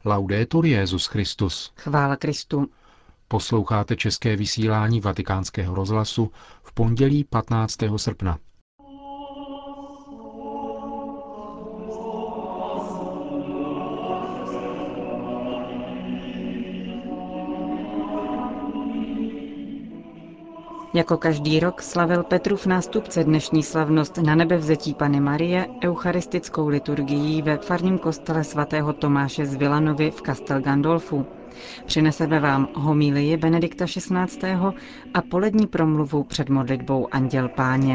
Laudetur Jesus Christus. Chvála Kristu. Posloucháte české vysílání Vatikánského rozhlasu v pondělí 15. srpna. Jako každý rok slavil Petrův nástupce dnešní slavnost na nebevzetí Panny Marie eucharistickou liturgií ve farním kostele svatého Tomáše z Villanovy v Castel Gandolfu. Přineseme vám homílii Benedikta XVI. A polední promluvu před modlitbou Anděl Páně.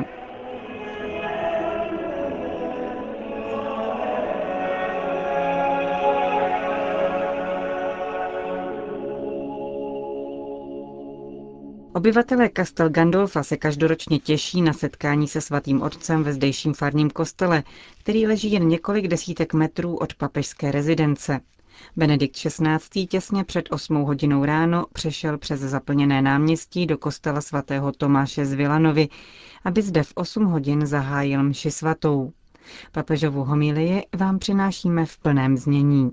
Obyvatelé Castel Gandolfa se každoročně těší na setkání se svatým otcem ve zdejším farním kostele, který leží jen několik desítek metrů od papežské rezidence. Benedikt XVI. Těsně před 8 hodinou ráno přešel přes zaplněné náměstí do kostela svatého Tomáše z Villanovy, aby zde v 8 hodin zahájil mši svatou. Papežovu homilii vám přinášíme v plném znění.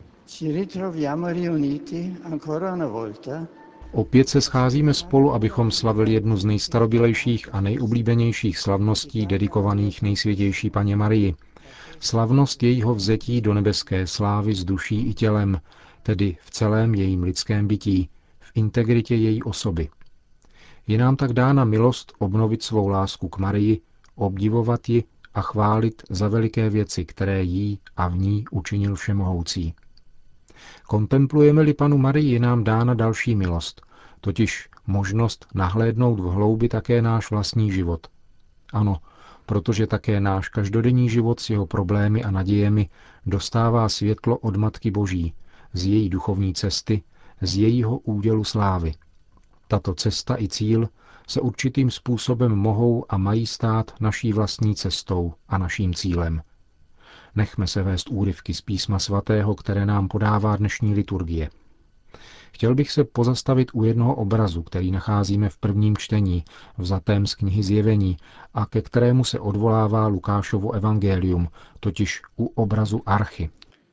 Opět se scházíme spolu, abychom slavili jednu z nejstarobylejších a nejoblíbenějších slavností dedikovaných Nejsvětější Panně Marii. Slavnost jejího vzetí do nebeské slávy s duší i tělem, tedy v celém jejím lidském bytí, v integritě její osoby. Je nám tak dána milost obnovit svou lásku k Marii, obdivovat ji a chválit za veliké věci, které jí a v ní učinil Všemohoucí. Kontemplujeme-li Pannu Marii, je nám dána další milost, totiž možnost nahlédnout v hloubi také náš vlastní život. Ano, protože také náš každodenní život s jeho problémy a nadějemi dostává světlo od Matky Boží, z její duchovní cesty, z jejího údělu slávy. Tato cesta i cíl se určitým způsobem mohou a mají stát naší vlastní cestou a naším cílem. Nechme se vést úryvky z Písma svatého, které nám podává dnešní liturgie. Chtěl bych se pozastavit u jednoho obrazu, který nacházíme v prvním čtení, vzatém z knihy Zjevení, a ke kterému se odvolává Lukášovo evangelium, totiž u obrazu archy.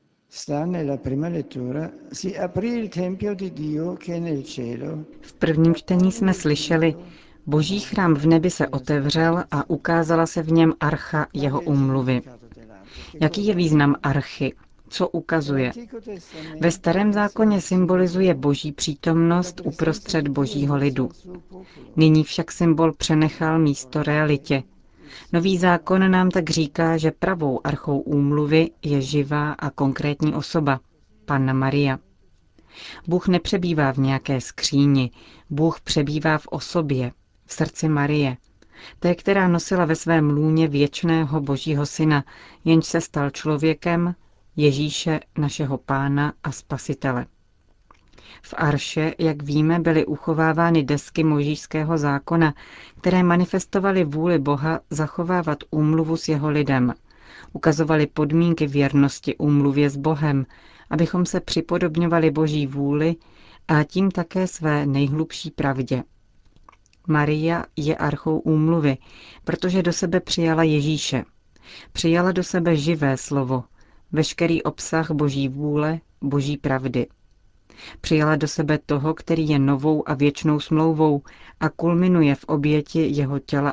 V prvním čtení jsme slyšeli, Boží chrám v nebi se otevřel a ukázala se v něm archa jeho úmluvy. Jaký je význam archy? Co ukazuje? Ve Starém zákoně symbolizuje Boží přítomnost uprostřed Božího lidu. Nyní však symbol přenechal místo realitě. Nový zákon nám tak říká, že pravou archou úmluvy je živá a konkrétní osoba, Panna Maria. Bůh nepřebývá v nějaké skříni, Bůh přebývá v osobě, v srdci Marie, té, která nosila ve svém lůně věčného Božího syna, jenž se stal člověkem, Ježíše, našeho Pána a Spasitele. V arše, jak víme, byly uchovávány desky Mojžíšského zákona, které manifestovaly vůli Boha zachovávat úmluvu s jeho lidem. Ukazovaly podmínky věrnosti úmluvě s Bohem, abychom se připodobňovali Boží vůli a tím také své nejhlubší pravdě. Maria je archou úmluvy, protože do sebe přijala Ježíše. Přijala do sebe živé slovo, veškerý obsah Boží vůle, Boží pravdy. Přijala do sebe toho, který je novou a věčnou smlouvou a kulminuje v oběti jeho těla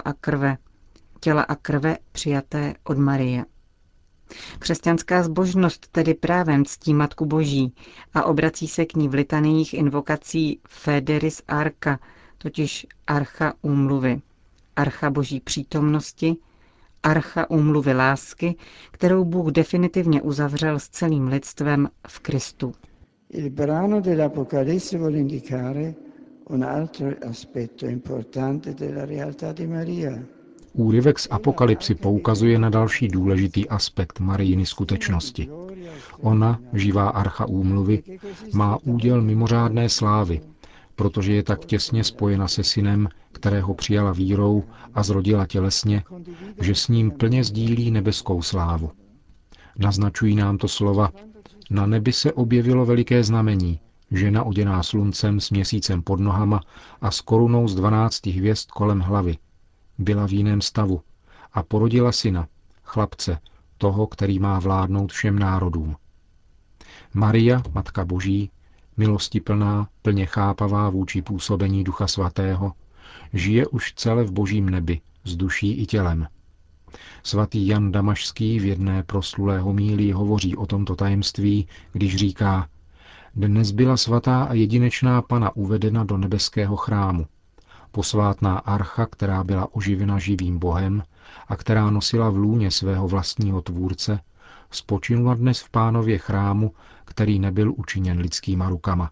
a krve přijaté od Marie. Křesťanská zbožnost tedy právem ctí Matku Boží a obrací se k ní v litaniích invokací Fideris Arca, totiž archa úmluvy, archa Boží přítomnosti, archa úmluvy lásky, kterou Bůh definitivně uzavřel s celým lidstvem v Kristu. Il brano dell'Apocalisse vuole indicare un altro aspetto importante della realtà di Maria. Úryvek z Apokalypsy poukazuje na další důležitý aspekt Marijiny skutečnosti. Ona, živá archa úmluvy, má úděl mimořádné slávy, protože je tak těsně spojena se synem, kterého přijala vírou a zrodila tělesně, že s ním plně sdílí nebeskou slávu. Naznačují nám to slova: na nebi se objevilo veliké znamení, žena oděná sluncem s měsícem pod nohama a s korunou z 12 hvězd kolem hlavy. Byla v jiném stavu a porodila syna, chlapce, toho, který má vládnout všem národům. Maria, Matka Boží, milostiplná, plně chápavá vůči působení Ducha Svatého, žije už celé v Božím nebi, s duší i tělem. Svatý Jan Damašský v jedné proslulé homílii hovoří o tomto tajemství, když říká: Dnes byla svatá a jedinečná Panna uvedena do nebeského chrámu. Posvátná archa, která byla oživena živým Bohem a která nosila v lůně svého vlastního tvůrce, spočinula dnes v Pánově chrámu, který nebyl učiněn lidskýma rukama.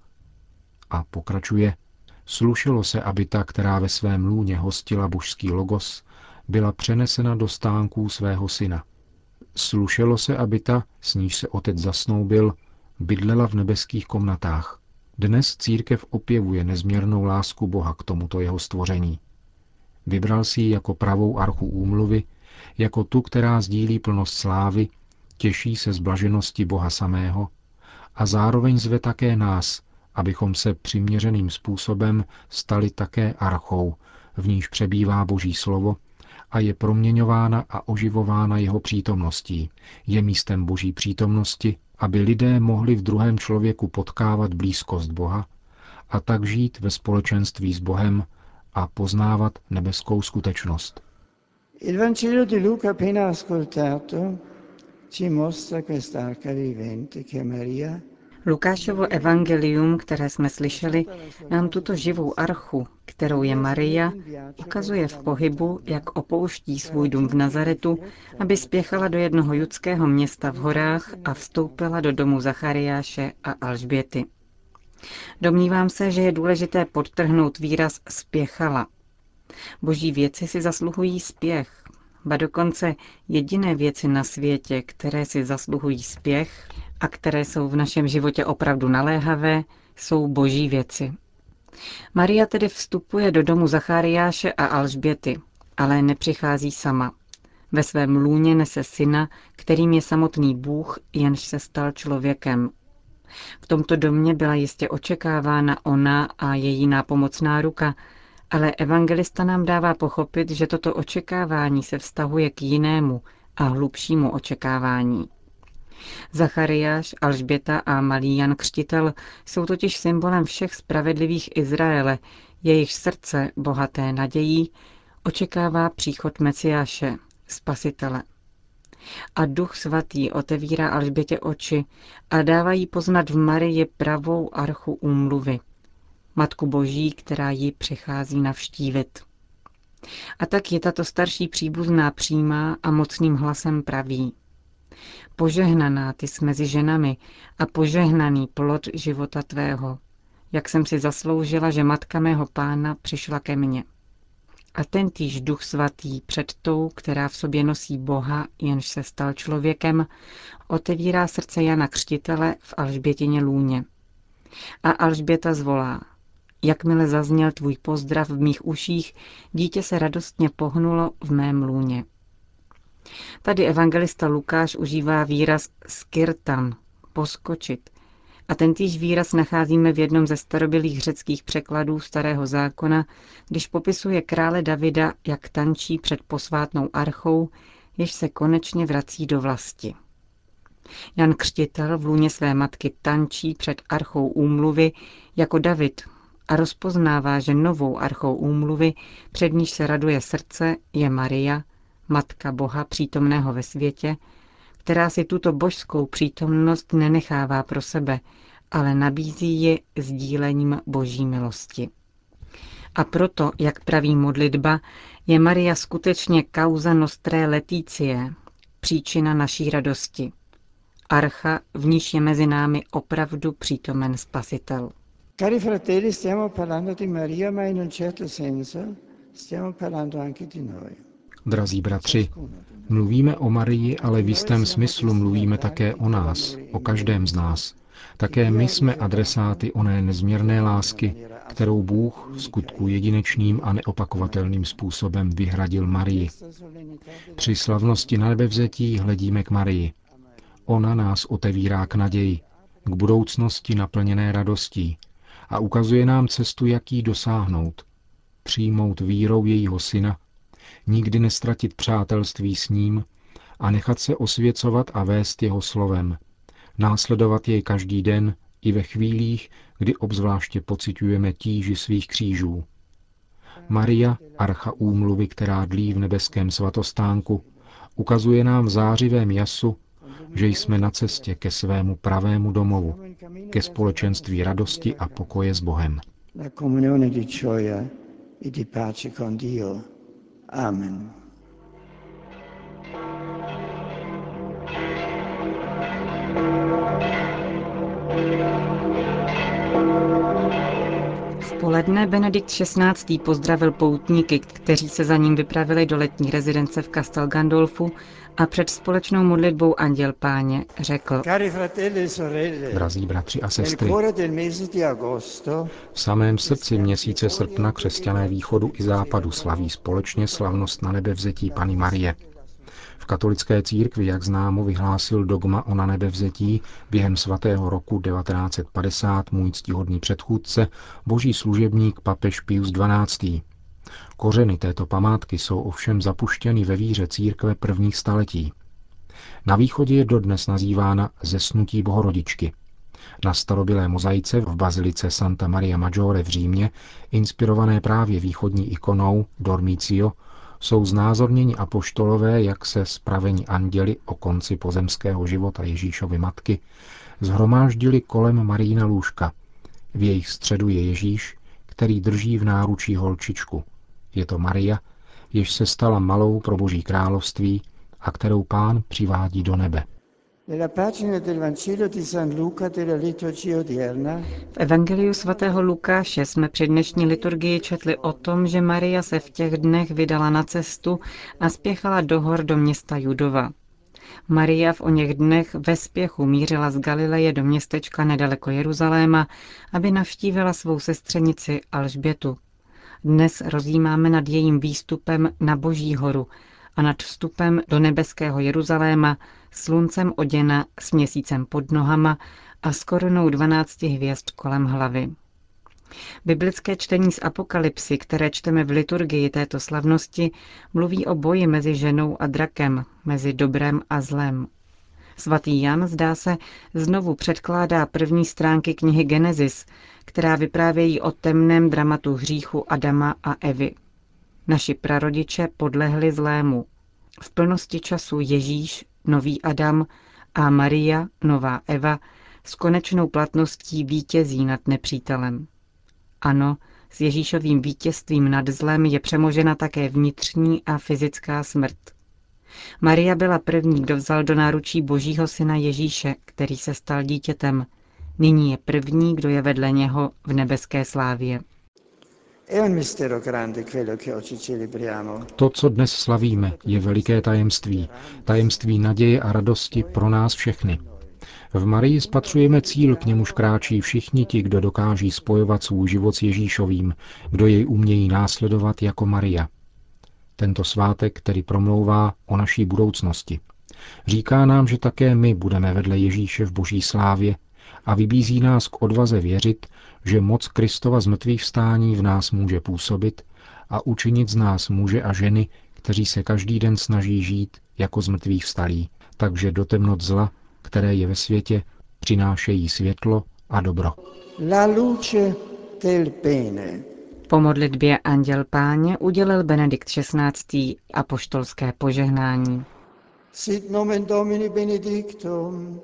A pokračuje: Slušelo se, aby ta, která ve svém lůně hostila božský logos, byla přenesena do stánků svého syna. Slušelo se, aby ta, s níž se otec zasnoubil, bydlela v nebeských komnatách. Dnes církev opěvuje nezměrnou lásku Boha k tomuto jeho stvoření. Vybral si ji jako pravou archu úmluvy, jako tu, která sdílí plnost slávy, těší se z blaženosti Boha samého a zároveň zve také nás, abychom se přiměřeným způsobem stali také archou, v níž přebývá Boží slovo a je proměňována a oživována jeho přítomností, je místem Boží přítomnosti, aby lidé mohli v druhém člověku potkávat blízkost Boha a tak žít ve společenství s Bohem a poznávat nebeskou skutečnost. Il Vangelo di Luca appena ascoltato ci mostra quest'arca vivente che Maria. Lukášovo evangelium, které jsme slyšeli, nám tuto živou archu, kterou je Maria, ukazuje v pohybu, jak opouští svůj dům v Nazaretu, aby spěchala do jednoho judského města v horách a vstoupila do domu Zachariáše a Alžběty. Domnívám se, že je důležité podtrhnout výraz spěchala. Boží věci si zasluhují spěch, ba dokonce jediné věci na světě, které si zasluhují spěch a které jsou v našem životě opravdu naléhavé, jsou boží věci. Maria tedy vstupuje do domu Zachariáše a Alžběty, ale nepřichází sama. Ve svém lůně nese syna, kterým je samotný Bůh, jenž se stal člověkem. V tomto domě byla jistě očekávána ona a její nápomocná ruka, ale evangelista nám dává pochopit, že toto očekávání se vztahuje k jinému a hlubšímu očekávání. Zachariáš, Alžběta a malý Jan Křtitel jsou totiž symbolem všech spravedlivých Izraele, jejich srdce, bohaté nadějí, očekává příchod Mesiáše, Spasitele. A Duch Svatý otevírá Alžbětě oči a dává jí poznat v Marii pravou archu úmluvy, Matku Boží, která ji přichází navštívit. A tak je tato starší příbuzná přímá a mocným hlasem praví: Požehnaná ty jsi mezi ženami a požehnaný plod života tvého, jak jsem si zasloužila, že matka mého Pána přišla ke mně. A tentýž Duch Svatý před tou, která v sobě nosí Boha, jenž se stal člověkem, otevírá srdce Jana Křtitele v Alžbětině lůně. A Alžběta zvolá: Jakmile zazněl tvůj pozdrav v mých uších, dítě se radostně pohnulo v mém lůně. Tady evangelista Lukáš užívá výraz skirtan, poskočit. A tentýž výraz nacházíme v jednom ze starobylých řeckých překladů Starého zákona, když popisuje krále Davida, jak tančí před posvátnou archou, jež se konečně vrací do vlasti. Jan Křtitel v lůně své matky tančí před archou úmluvy jako David a rozpoznává, že novou archou úmluvy, před níž se raduje srdce, je Maria, Matka Boha přítomného ve světě, která si tuto božskou přítomnost nenechává pro sebe, ale nabízí ji sdílením boží milosti. A proto, jak praví modlitba, je Maria skutečně causa nostrae laetitia, příčina naší radosti. Archa, v níž je mezi námi opravdu přítomen Spasitel. Cari fratelli, stiamo parlando di Maria, ma in un certo senso stiamo parlando anche di noi. Drazí bratři, mluvíme o Marii, ale v jistém smyslu mluvíme také o nás, o každém z nás. Také my jsme adresáty oné nezměrné lásky, kterou Bůh v skutku jedinečným a neopakovatelným způsobem vyhradil Marii. Při slavnosti na nebevzetí hledíme k Marii. Ona nás otevírá k naději, k budoucnosti naplněné radostí a ukazuje nám cestu, jak jí dosáhnout. Přijmout vírou jejího syna, nikdy nestratit přátelství s ním a nechat se osvěcovat a vést jeho slovem. následovat jej každý den i ve chvílích, kdy obzvláště pociťujeme tíži svých křížů. Maria, archa úmluvy, která dlí v nebeském svatostánku, ukazuje nám v zářivém jasu, že jsme na cestě ke svému pravému domovu, ke společenství radosti a pokoje s Bohem. Amen. V poledne Benedikt XVI. Pozdravil poutníky, kteří se za ním vypravili do letní rezidence v Castel Gandolfu a před společnou modlitbou Anděl Páně řekl: Drazí bratři a sestry, v samém srdci měsíce srpna křesťané východu i západu slaví společně slavnost na nebevzetí Panny Marie. V katolické církvi, jak známo, vyhlásil dogma o nanebevzetí během svatého roku 1950 můj ctihodný předchůdce, boží služebník papež Pius XII. Kořeny této památky jsou ovšem zapuštěny ve víře církve prvních staletí. Na východě je dodnes nazývána Zesnutí Bohorodičky. Na starobylé mozaice v bazilice Santa Maria Maggiore v Římě, inspirované právě východní ikonou Dormitio, jsou znázorněni apoštolové, jak se spraveni anděli o konci pozemského života Ježíšovy matky shromáždili kolem Marijina lůžka. V jejich středu je Ježíš, který drží v náručí holčičku. Je to Maria, jež se stala malou pro Boží království a kterou Pán přivádí do nebe. V evangeliu svatého Lukáše jsme při dnešní liturgii četli o tom, že Maria se v těch dnech vydala na cestu a spěchala do hor do města Judova. Maria v oněch dnech ve spěchu mířila z Galileje do městečka nedaleko Jeruzaléma, aby navštívila svou sestřenici Alžbětu. Dnes rozjímáme nad jejím výstupem na Boží horu a nad vstupem do nebeského Jeruzaléma, sluncem oděna, s měsícem pod nohama a s korunou 12 hvězd kolem hlavy. Biblické čtení z Apokalypsy, které čteme v liturgii této slavnosti, mluví o boji mezi ženou a drakem, mezi dobrem a zlem. Svatý Jan, zdá se, znovu předkládá první stránky knihy Genesis, která vyprávějí o temném dramatu hříchu Adama a Evy. Naši prarodiče podlehli zlému. V plnosti času Ježíš, nový Adam, a Maria, nová Eva, s konečnou platností vítězí nad nepřítelem. Ano, s Ježíšovým vítězstvím nad zlem je přemožena také vnitřní a fyzická smrt. Maria byla první, kdo vzal do náručí Božího syna Ježíše, který se stal dítětem. Nyní je první, kdo je vedle něho v nebeské slávě. To, co dnes slavíme, je veliké tajemství, tajemství naděje a radosti pro nás všechny. V Marii spatřujeme cíl, k němuž kráčí všichni ti, kdo dokáží spojovat svůj život s Ježíšovým, kdo jej umějí následovat jako Maria. Tento svátek tedy promlouvá o naší budoucnosti. Říká nám, že také my budeme vedle Ježíše v Boží slávě a vybízí nás k odvaze věřit, že moc Kristova zmrtvýchvstání v nás může působit a učinit z nás muže a ženy, kteří se každý den snaží žít jako zmrtvýchvstalí, takže do temnot zla, které je ve světě, přinášejí světlo a dobro. La luce del bene. Po modlitbě Anděl Páně udělil Benedikt XVI. Apoštolské požehnání. Sit nomen Domini benedictum.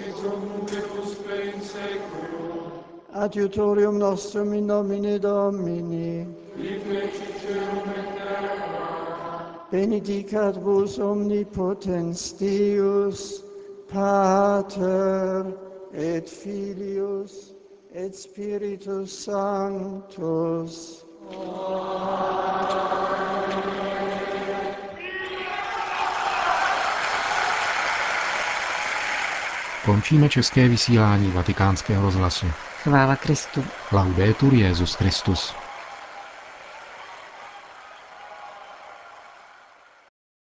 Adiutorium nostrum in nomine Domini. Benedicat vos omnipotens Deus, Pater et Filius et Spiritus Sanctus. Končíme české vysílání Vatikánského rozhlasu. Chvála Kristu. Laudetur Jesus Christus.